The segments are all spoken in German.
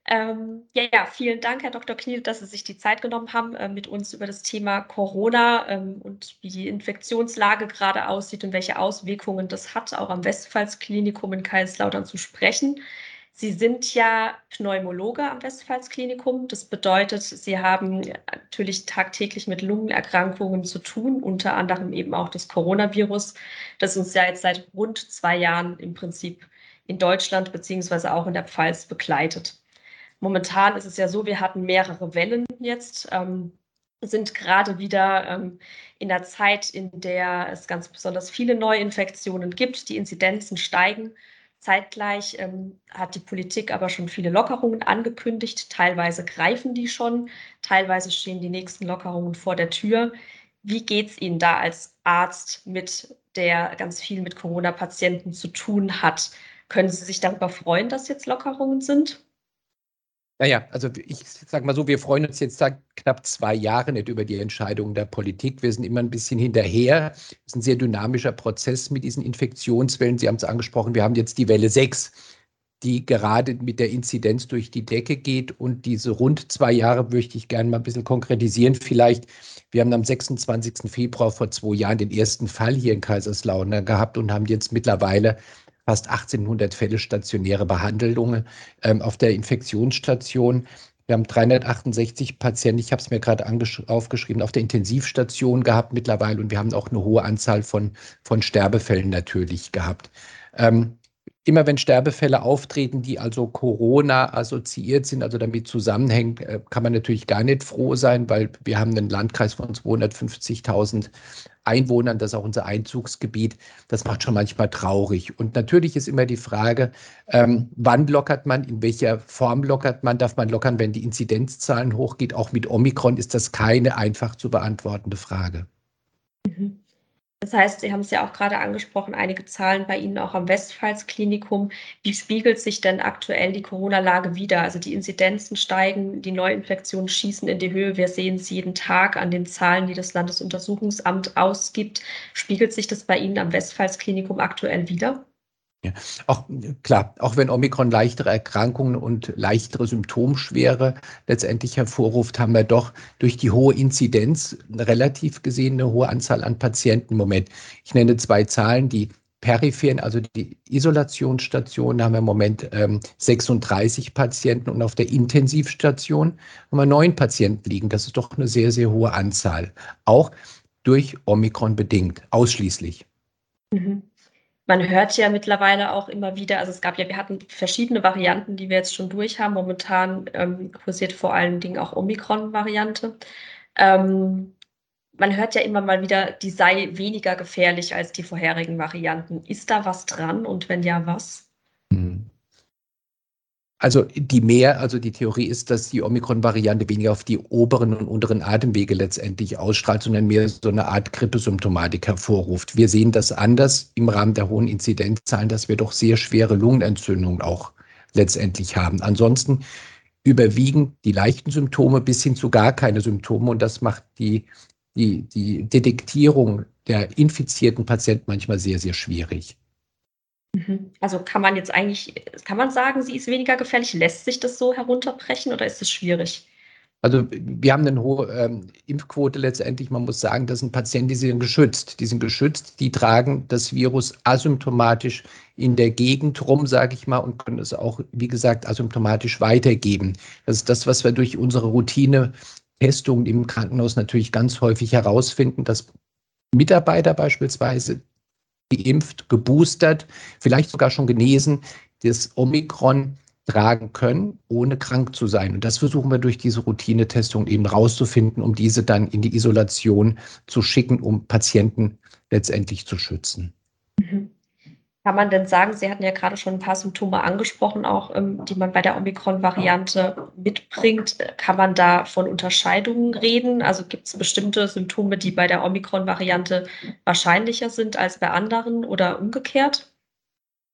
Ja, vielen Dank, Herr Dr. Kniel, dass Sie sich die Zeit genommen haben, mit uns über das Thema Corona und wie die Infektionslage gerade aussieht und welche Auswirkungen das hat, auch am Westphalsklinikum in Kaiserslautern zu sprechen. Sie sind ja Pneumologe am Westphalsklinikum. Das bedeutet, Sie haben natürlich tagtäglich mit Lungenerkrankungen zu tun, unter anderem eben auch das Coronavirus, das uns ja jetzt seit rund 2 Jahren im Prinzip in Deutschland beziehungsweise auch in der Pfalz begleitet. Momentan ist es ja so, wir hatten mehrere Wellen jetzt, sind gerade wieder in der Zeit, in der es ganz besonders viele Neuinfektionen gibt. Die Inzidenzen steigen. Zeitgleich hat die Politik aber schon viele Lockerungen angekündigt. Teilweise greifen die schon, teilweise stehen die nächsten Lockerungen vor der Tür. Wie geht es Ihnen da als Arzt mit, der ganz viel mit Corona-Patienten zu tun hat? Können Sie sich darüber freuen, dass jetzt Lockerungen sind? Naja, also ich sage mal so, wir freuen uns jetzt seit knapp 2 Jahren nicht über die Entscheidungen der Politik. Wir sind immer ein bisschen hinterher. Es ist ein sehr dynamischer Prozess mit diesen Infektionswellen. Sie haben es angesprochen, wir haben jetzt die Welle 6, die gerade mit der Inzidenz durch die Decke geht. Und diese rund 2 Jahre möchte ich gerne mal ein bisschen konkretisieren. Vielleicht, wir haben am 26. Februar vor 2 Jahren den ersten Fall hier in Kaiserslautern gehabt und haben jetzt mittlerweile fast 1800 Fälle stationäre Behandlungen auf der Infektionsstation. Wir haben 368 Patienten, ich habe es mir gerade aufgeschrieben, auf der Intensivstation gehabt mittlerweile, und wir haben auch eine hohe Anzahl von Sterbefällen natürlich gehabt. Immer wenn Sterbefälle auftreten, die also Corona assoziiert sind, also damit zusammenhängen, kann man natürlich gar nicht froh sein, weil wir haben einen Landkreis von 250.000 Einwohnern, das ist auch unser Einzugsgebiet. Das macht schon manchmal traurig. Und natürlich ist immer die Frage, wann lockert man, in welcher Form lockert man, darf man lockern, wenn die Inzidenzzahlen hochgeht. Auch mit Omikron ist das keine einfach zu beantwortende Frage. Mhm. Das heißt, Sie haben es ja auch gerade angesprochen, einige Zahlen bei Ihnen auch am Westphalsklinikum. Wie spiegelt sich denn aktuell die Corona-Lage wider? Also die Inzidenzen steigen, die Neuinfektionen schießen in die Höhe. Wir sehen es jeden Tag an den Zahlen, die das Landesuntersuchungsamt ausgibt. Spiegelt sich das bei Ihnen am Westphalsklinikum aktuell wider? Ja, auch klar, auch wenn Omikron leichtere Erkrankungen und leichtere Symptomschwere letztendlich hervorruft, haben wir doch durch die hohe Inzidenz relativ gesehen eine hohe Anzahl an Patienten im Moment. Ich nenne 2 Zahlen, die peripheren, also die Isolationsstationen, haben wir im Moment 36 Patienten, und auf der Intensivstation haben wir 9 Patienten liegen. Das ist doch eine sehr, sehr hohe Anzahl. Auch durch Omikron bedingt, ausschließlich. Mhm. Man hört ja mittlerweile auch immer wieder, also wir hatten verschiedene Varianten, die wir jetzt schon durch haben. Momentan kursiert vor allen Dingen auch Omikron-Variante. Man hört ja immer mal wieder, die sei weniger gefährlich als die vorherigen Varianten. Ist da was dran und wenn ja, was? Hm. Also die Theorie ist, dass die Omikron-Variante weniger auf die oberen und unteren Atemwege letztendlich ausstrahlt, sondern mehr so eine Art Grippesymptomatik hervorruft. Wir sehen das anders im Rahmen der hohen Inzidenzzahlen, dass wir doch sehr schwere Lungenentzündungen auch letztendlich haben. Ansonsten überwiegen die leichten Symptome bis hin zu gar keine Symptome, und das macht die Detektierung der infizierten Patienten manchmal sehr, sehr schwierig. Also kann man sagen, sie ist weniger gefährlich? Lässt sich das so herunterbrechen oder ist es schwierig? Also wir haben eine hohe Impfquote letztendlich. Man muss sagen, das sind Patienten, die sind geschützt. Die sind geschützt, die tragen das Virus asymptomatisch in der Gegend rum, sage ich mal, und können es auch, wie gesagt, asymptomatisch weitergeben. Das ist das, was wir durch unsere Routine-Testungen im Krankenhaus natürlich ganz häufig herausfinden, dass Mitarbeiter beispielsweise geimpft, geboostert, vielleicht sogar schon genesen, das Omikron tragen können, ohne krank zu sein. Und das versuchen wir durch diese Routinetestung eben rauszufinden, um diese dann in die Isolation zu schicken, um Patienten letztendlich zu schützen. Mhm. Kann man denn sagen, Sie hatten ja gerade schon ein paar Symptome angesprochen, auch die man bei der Omikron-Variante mitbringt. Kann man da von Unterscheidungen reden? Also gibt es bestimmte Symptome, die bei der Omikron-Variante wahrscheinlicher sind als bei anderen oder umgekehrt?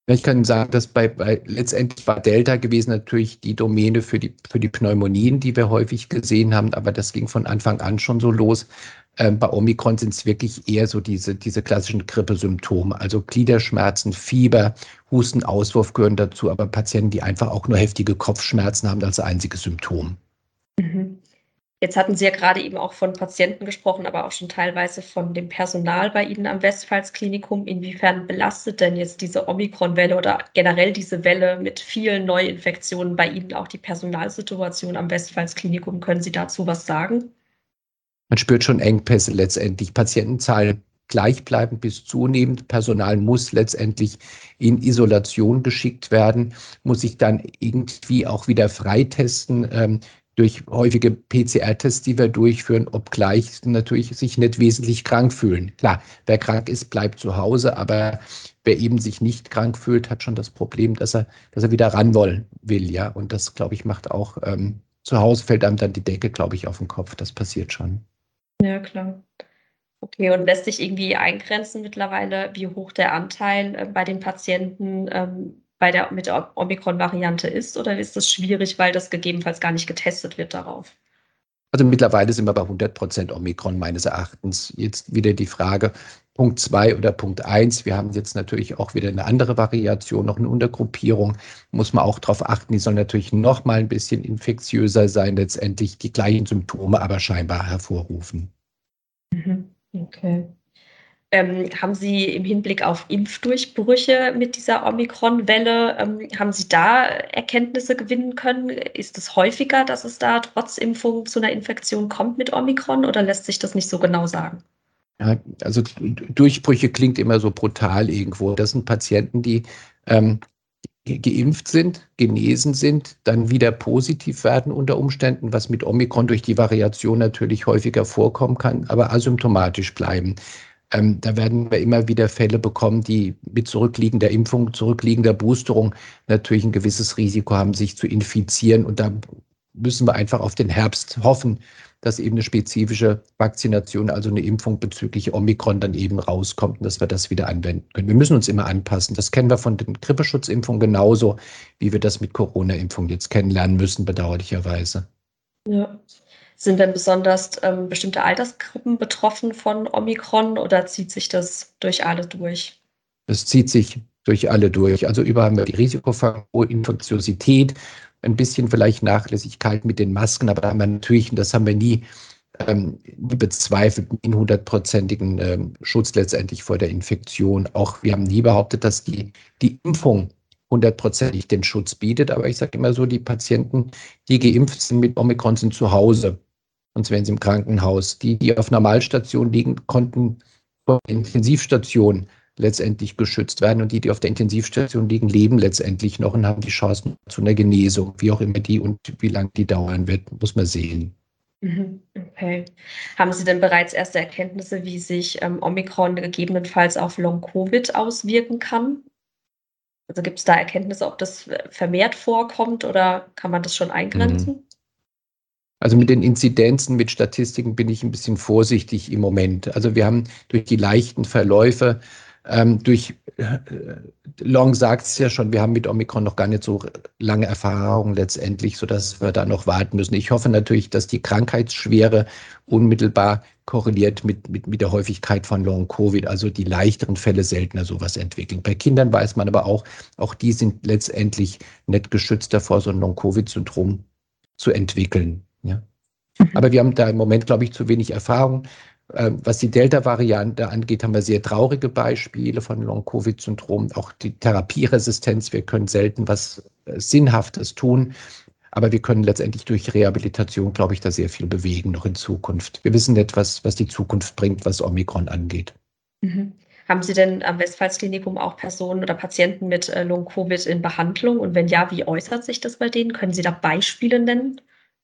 Ich kann sagen, dass letztendlich war Delta gewesen natürlich die Domäne für die Pneumonien, die wir häufig gesehen haben, aber das ging von Anfang an schon so los. Bei Omikron sind es wirklich eher so diese klassischen Grippesymptome, also Gliederschmerzen, Fieber, Husten, Auswurf gehören dazu, aber Patienten, die einfach auch nur heftige Kopfschmerzen haben als einziges Symptom. Mhm. Jetzt hatten Sie ja gerade eben auch von Patienten gesprochen, aber auch schon teilweise von dem Personal bei Ihnen am Westphalsklinikum. Inwiefern belastet denn jetzt diese Omikron-Welle oder generell diese Welle mit vielen Neuinfektionen bei Ihnen auch die Personalsituation am Westphalsklinikum? Können Sie dazu was sagen? Man spürt schon Engpässe letztendlich. Patientenzahlen gleichbleibend bis zunehmend. Personal muss letztendlich in Isolation geschickt werden, muss sich dann irgendwie auch wieder freitesten durch häufige PCR-Tests, die wir durchführen, obgleich natürlich sich nicht wesentlich krank fühlen. Klar, wer krank ist, bleibt zu Hause, aber wer eben sich nicht krank fühlt, hat schon das Problem, dass er wieder ran wollen will. Ja? Und das, glaube ich, macht auch zu Hause fällt einem dann die Decke, glaube ich, auf den Kopf. Das passiert schon. Ja, klar. Okay, und lässt sich irgendwie eingrenzen mittlerweile, wie hoch der Anteil bei den Patienten mit der Omikron-Variante ist? Oder ist das schwierig, weil das gegebenenfalls gar nicht getestet wird darauf? Also mittlerweile sind wir bei 100% Omikron meines Erachtens. Jetzt wieder die Frage, Punkt 2 oder Punkt 1. Wir haben jetzt natürlich auch wieder eine andere Variation, noch eine Untergruppierung. Muss man auch darauf achten, die soll natürlich noch mal ein bisschen infektiöser sein, letztendlich die gleichen Symptome aber scheinbar hervorrufen. Mhm. Okay. Haben Sie im Hinblick auf Impfdurchbrüche mit dieser Omikron-Welle, haben Sie da Erkenntnisse gewinnen können? Ist es häufiger, dass es da trotz Impfung zu einer Infektion kommt mit Omikron oder lässt sich das nicht so genau sagen? Ja, also Durchbrüche klingt immer so brutal irgendwo. Das sind Patienten, die geimpft sind, genesen sind, dann wieder positiv werden unter Umständen, was mit Omikron durch die Variation natürlich häufiger vorkommen kann, aber asymptomatisch bleiben. Da werden wir immer wieder Fälle bekommen, die mit zurückliegender Impfung, zurückliegender Boosterung natürlich ein gewisses Risiko haben, sich zu infizieren. Und da müssen wir einfach auf den Herbst hoffen, dass eben eine spezifische Vakzination, also eine Impfung bezüglich Omikron dann eben rauskommt und dass wir das wieder anwenden können. Wir müssen uns immer anpassen. Das kennen wir von den Grippeschutzimpfungen genauso, wie wir das mit Corona-Impfungen jetzt kennenlernen müssen, bedauerlicherweise. Ja. Sind denn besonders bestimmte Altersgruppen betroffen von Omikron oder zieht sich das durch alle durch? Das zieht sich durch alle durch. Also überall haben wir die Risikofaktoren, Infektiosität, ein bisschen vielleicht Nachlässigkeit mit den Masken, aber da haben wir natürlich, und das haben wir nie bezweifelt, einen 100%igen Schutz letztendlich vor der Infektion. Auch wir haben nie behauptet, dass die Impfung 100%ig den Schutz bietet, aber ich sage immer so, die Patienten, die geimpft sind mit Omikron, sind zu Hause. Sonst wären sie im Krankenhaus. Die auf Normalstation liegen, konnten vor der Intensivstation letztendlich geschützt werden und die auf der Intensivstation liegen, leben letztendlich noch und haben die Chancen zu einer Genesung, wie auch immer die und wie lange die dauern wird, muss man sehen. Okay. Haben Sie denn bereits erste Erkenntnisse, wie sich Omikron gegebenenfalls auf Long-Covid auswirken kann? Also gibt es da Erkenntnisse, ob das vermehrt vorkommt oder kann man das schon eingrenzen? Also mit den Inzidenzen, mit Statistiken bin ich ein bisschen vorsichtig im Moment. Also wir haben durch die leichten Verläufe, Long sagt es ja schon, wir haben mit Omikron noch gar nicht so lange Erfahrung letztendlich, sodass wir da noch warten müssen. Ich hoffe natürlich, dass die Krankheitsschwere unmittelbar korreliert mit der Häufigkeit von Long-Covid, also die leichteren Fälle seltener sowas entwickeln. Bei Kindern weiß man aber auch die sind letztendlich nicht geschützt davor, so ein Long-Covid-Syndrom zu entwickeln. Ja. Aber wir haben da im Moment, glaube ich, zu wenig Erfahrung. Was die Delta-Variante angeht, haben wir sehr traurige Beispiele von Long-Covid-Syndrom, auch die Therapieresistenz. Wir können selten was Sinnhaftes tun, aber wir können letztendlich durch Rehabilitation, glaube ich, da sehr viel bewegen noch in Zukunft. Wir wissen nicht, was die Zukunft bringt, was Omikron angeht. Mhm. Haben Sie denn am Westphalsklinikum auch Personen oder Patienten mit Long-Covid in Behandlung? Und wenn ja, wie äußert sich das bei denen? Können Sie da Beispiele nennen?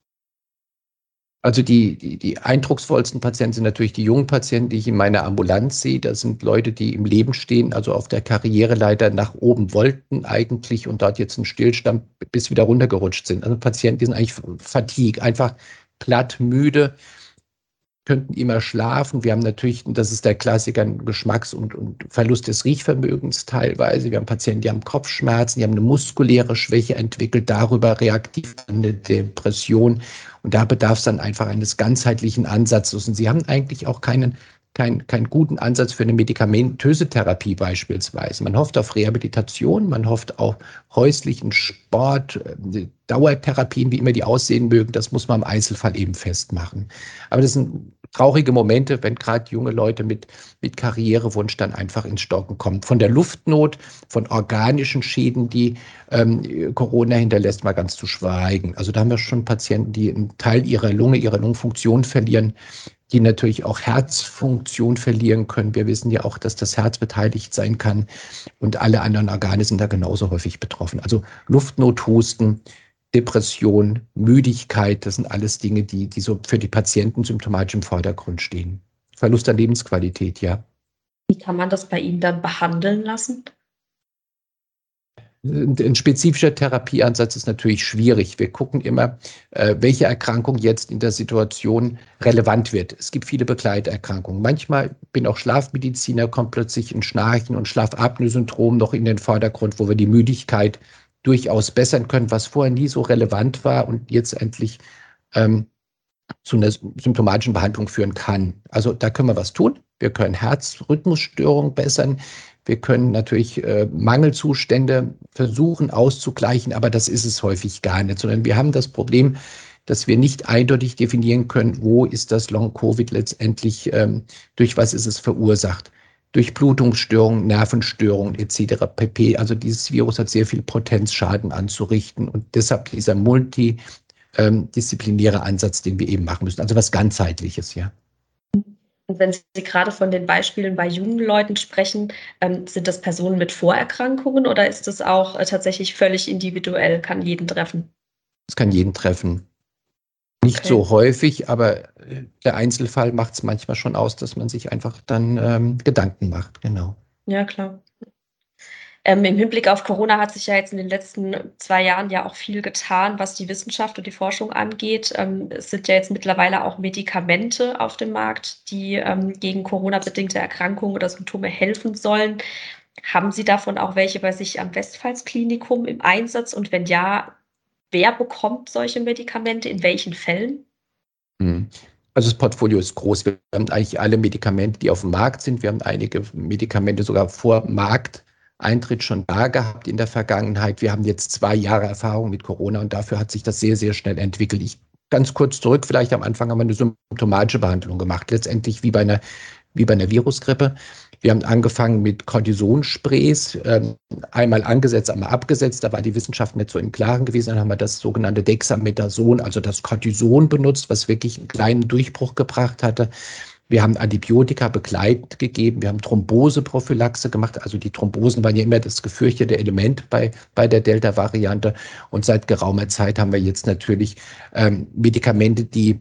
Also die eindrucksvollsten Patienten sind natürlich die jungen Patienten, die ich in meiner Ambulanz sehe. Das sind Leute, die im Leben stehen, also auf der Karriereleiter nach oben wollten eigentlich und dort jetzt einen Stillstand bis wieder runtergerutscht sind. Also Patienten, die sind eigentlich Fatigue, einfach platt, müde, könnten immer schlafen. Wir haben natürlich, und das ist der Klassiker, einen Geschmacks- und Verlust des Riechvermögens teilweise. Wir haben Patienten, die haben Kopfschmerzen, die haben eine muskuläre Schwäche entwickelt, darüber reaktiv eine Depression. Und da bedarf es dann einfach eines ganzheitlichen Ansatzes. Und Sie haben eigentlich auch keinen guten Ansatz für eine medikamentöse Therapie beispielsweise. Man hofft auf Rehabilitation, man hofft auf häuslichen Sport, Dauertherapien, wie immer die aussehen mögen. Das muss man im Einzelfall eben festmachen. Aber das sind traurige Momente, wenn gerade junge Leute mit Karrierewunsch dann einfach ins Stocken kommen. Von der Luftnot, von organischen Schäden, die Corona hinterlässt, mal ganz zu schweigen. Also da haben wir schon Patienten, die einen Teil ihrer Lungenfunktion verlieren, die natürlich auch Herzfunktion verlieren können. Wir wissen ja auch, dass das Herz beteiligt sein kann und alle anderen Organe sind da genauso häufig betroffen. Also Luftnot, Husten, Depression, Müdigkeit, das sind alles Dinge, die so für die Patienten symptomatisch im Vordergrund stehen. Verlust an Lebensqualität, ja. Wie kann man das bei Ihnen dann behandeln lassen? Ein spezifischer Therapieansatz ist natürlich schwierig. Wir gucken immer, welche Erkrankung jetzt in der Situation relevant wird. Es gibt viele Begleiterkrankungen. Manchmal bin auch Schlafmediziner, kommt plötzlich ein Schnarchen und Schlafapnoe-Syndrom noch in den Vordergrund, wo wir die Müdigkeit durchaus bessern können, was vorher nie so relevant war und jetzt endlich zu einer symptomatischen Behandlung führen kann. Also da können wir was tun. Wir können Herzrhythmusstörungen bessern. Wir können natürlich Mangelzustände versuchen auszugleichen, aber das ist es häufig gar nicht, sondern wir haben das Problem, dass wir nicht eindeutig definieren können, wo ist das Long-Covid letztendlich, durch was ist es verursacht. Durch Blutungsstörungen, Nervenstörungen etc. pp. Also dieses Virus hat sehr viel Potenz, Schaden anzurichten und deshalb dieser multidisziplinäre Ansatz, den wir eben machen müssen. Also was ganzheitliches, ja. Und wenn Sie gerade von den Beispielen bei jungen Leuten sprechen, sind das Personen mit Vorerkrankungen oder ist das auch tatsächlich völlig individuell, kann jeden treffen? Es kann jeden treffen. Nicht so häufig, aber der Einzelfall macht es manchmal schon aus, dass man sich einfach dann Gedanken macht, genau. Ja, klar. Im Hinblick auf Corona hat sich ja jetzt in den letzten 2 Jahren ja auch viel getan, was die Wissenschaft und die Forschung angeht. Es sind ja jetzt mittlerweile auch Medikamente auf dem Markt, die gegen Corona-bedingte Erkrankungen oder Symptome helfen sollen. Haben Sie davon auch welche bei sich am Westphalsklinikum im Einsatz? Und wenn ja, wer bekommt solche Medikamente, in welchen Fällen? Also das Portfolio ist groß. Wir haben eigentlich alle Medikamente, die auf dem Markt sind. Wir haben einige Medikamente sogar vor Markteintritt schon da gehabt in der Vergangenheit. Wir haben jetzt 2 Jahre Erfahrung mit Corona und dafür hat sich das sehr, sehr schnell entwickelt. Ganz kurz zurück, vielleicht am Anfang haben wir eine symptomatische Behandlung gemacht, letztendlich wie bei einer Virusgrippe. Wir haben angefangen mit Cortisonsprays, einmal angesetzt, einmal abgesetzt. Da war die Wissenschaft nicht so im Klaren gewesen. Dann haben wir das sogenannte Dexamethason, also das Cortison benutzt, was wirklich einen kleinen Durchbruch gebracht hatte. Wir haben Antibiotika begleitend gegeben. Wir haben Thromboseprophylaxe gemacht. Also die Thrombosen waren ja immer das gefürchtete Element bei der Delta-Variante. Und seit geraumer Zeit haben wir jetzt natürlich Medikamente, die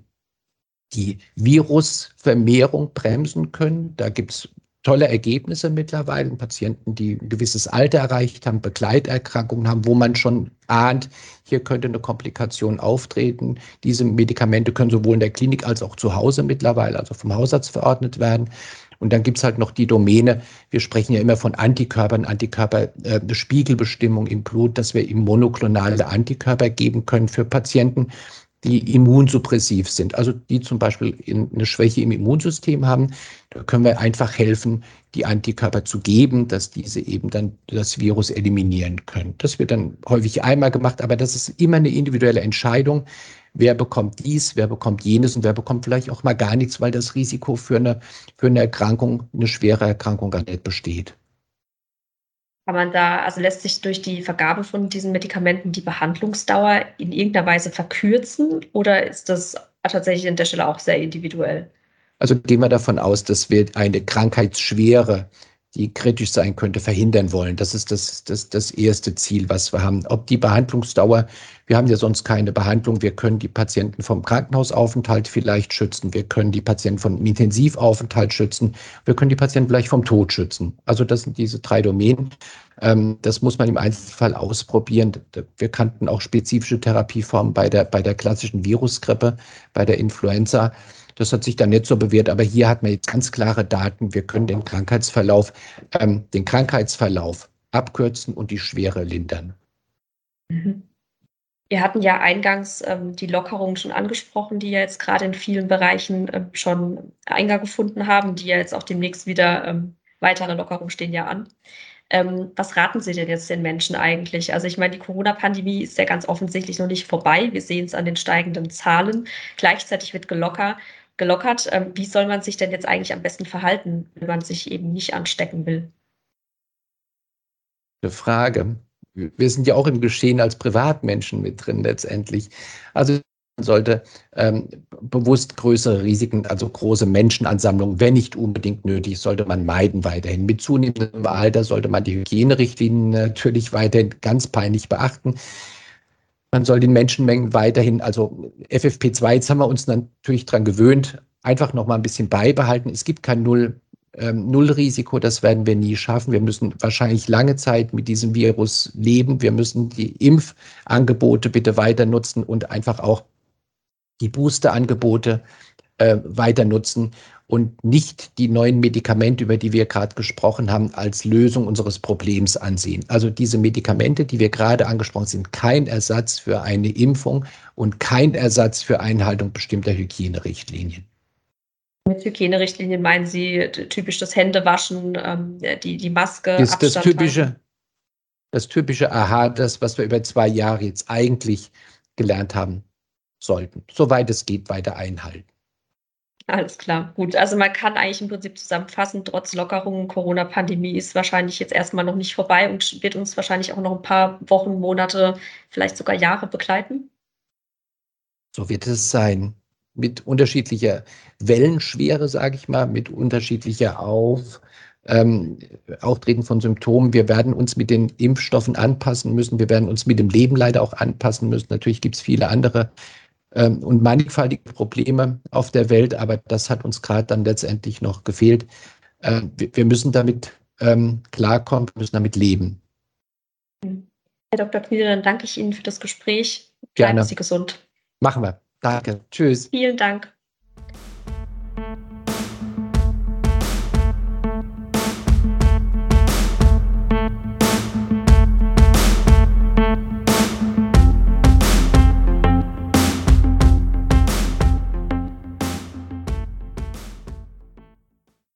Virusvermehrung bremsen können. Da gibt es tolle Ergebnisse mittlerweile. Patienten, die ein gewisses Alter erreicht haben, Begleiterkrankungen haben, wo man schon ahnt, hier könnte eine Komplikation auftreten. Diese Medikamente können sowohl in der Klinik als auch zu Hause mittlerweile, also vom Hausarzt verordnet werden. Und dann gibt es halt noch die Domäne, wir sprechen ja immer von Antikörpern, Spiegelbestimmung im Blut, dass wir ihm monoklonale Antikörper geben können für Patienten, die immunsuppressiv sind, also die zum Beispiel eine Schwäche im Immunsystem haben. Da können wir einfach helfen, die Antikörper zu geben, dass diese eben dann das Virus eliminieren können. Das wird dann häufig einmal gemacht, aber das ist immer eine individuelle Entscheidung. Wer bekommt dies, wer bekommt jenes und wer bekommt vielleicht auch mal gar nichts, weil das Risiko für eine Erkrankung, eine schwere Erkrankung gar nicht besteht. Kann man da, also lässt sich durch die Vergabe von diesen Medikamenten die Behandlungsdauer in irgendeiner Weise verkürzen oder ist das tatsächlich an der Stelle auch sehr individuell? Also gehen wir davon aus, dass wir eine Krankheitsschwere, die kritisch sein könnte, verhindern wollen. Das ist das erste Ziel, was wir haben. Ob die Behandlungsdauer, wir haben ja sonst keine Behandlung, wir können die Patienten vom Krankenhausaufenthalt vielleicht schützen, wir können die Patienten vom Intensivaufenthalt schützen, wir können die Patienten vielleicht vom Tod schützen. Also das sind diese 3 Domänen. Das muss man im Einzelfall ausprobieren. Wir kannten auch spezifische Therapieformen bei der klassischen Virusgrippe, bei der Influenza. Das hat sich dann nicht so bewährt, aber hier hat man jetzt ganz klare Daten. Wir können den Krankheitsverlauf abkürzen und die Schwere lindern. Mhm. Wir hatten ja eingangs die Lockerungen schon angesprochen, die ja jetzt gerade in vielen Bereichen schon Eingang gefunden haben, die ja jetzt auch demnächst wieder weitere Lockerungen stehen ja an. Was raten Sie denn jetzt den Menschen eigentlich? Also ich meine, die Corona-Pandemie ist ja ganz offensichtlich noch nicht vorbei. Wir sehen es an den steigenden Zahlen. Gleichzeitig wird gelockert. Wie soll man sich denn jetzt eigentlich am besten verhalten, wenn man sich eben nicht anstecken will? Eine Frage. Wir sind ja auch im Geschehen als Privatmenschen mit drin letztendlich. Also man sollte bewusst größere Risiken, also große Menschenansammlungen, wenn nicht unbedingt nötig, sollte man meiden weiterhin. Mit zunehmendem Alter sollte man die Hygienerichtlinien natürlich weiterhin ganz peinlich beachten. Man soll den Menschenmengen weiterhin, also FFP2, jetzt haben wir uns natürlich dran gewöhnt, einfach noch mal ein bisschen beibehalten. Es gibt kein Nullrisiko, das werden wir nie schaffen. Wir müssen wahrscheinlich lange Zeit mit diesem Virus leben. Wir müssen die Impfangebote bitte weiter nutzen und einfach auch die Boosterangebote weiter nutzen und nicht die neuen Medikamente, über die wir gerade gesprochen haben, als Lösung unseres Problems ansehen. Also diese Medikamente, die wir gerade angesprochen haben, sind kein Ersatz für eine Impfung und kein Ersatz für Einhaltung bestimmter Hygienerichtlinien. Mit Hygienerichtlinien meinen Sie typisch das Händewaschen, die Maske, Das Abstand halten? das typische Aha, das, was wir über 2 Jahre jetzt eigentlich gelernt haben sollten, soweit es geht, weiter einhalten. Alles klar, gut. Also man kann eigentlich im Prinzip zusammenfassen, trotz Lockerungen, Corona-Pandemie ist wahrscheinlich jetzt erstmal noch nicht vorbei und wird uns wahrscheinlich auch noch ein paar Wochen, Monate, vielleicht sogar Jahre begleiten. So wird es sein. Mit unterschiedlicher Wellenschwere, sage ich mal, mit unterschiedlicher Auftreten von Symptomen. Wir werden uns mit den Impfstoffen anpassen müssen. Wir werden uns mit dem Leben leider auch anpassen müssen. Natürlich gibt es viele andere und mannigfaltige Probleme auf der Welt, aber das hat uns gerade dann letztendlich noch gefehlt. Wir müssen damit klarkommen, wir müssen damit leben. Herr Dr. Kniede, dann danke ich Ihnen für das Gespräch. Bleiben Gerne. Sie gesund. Machen wir. Danke. Tschüss. Vielen Dank.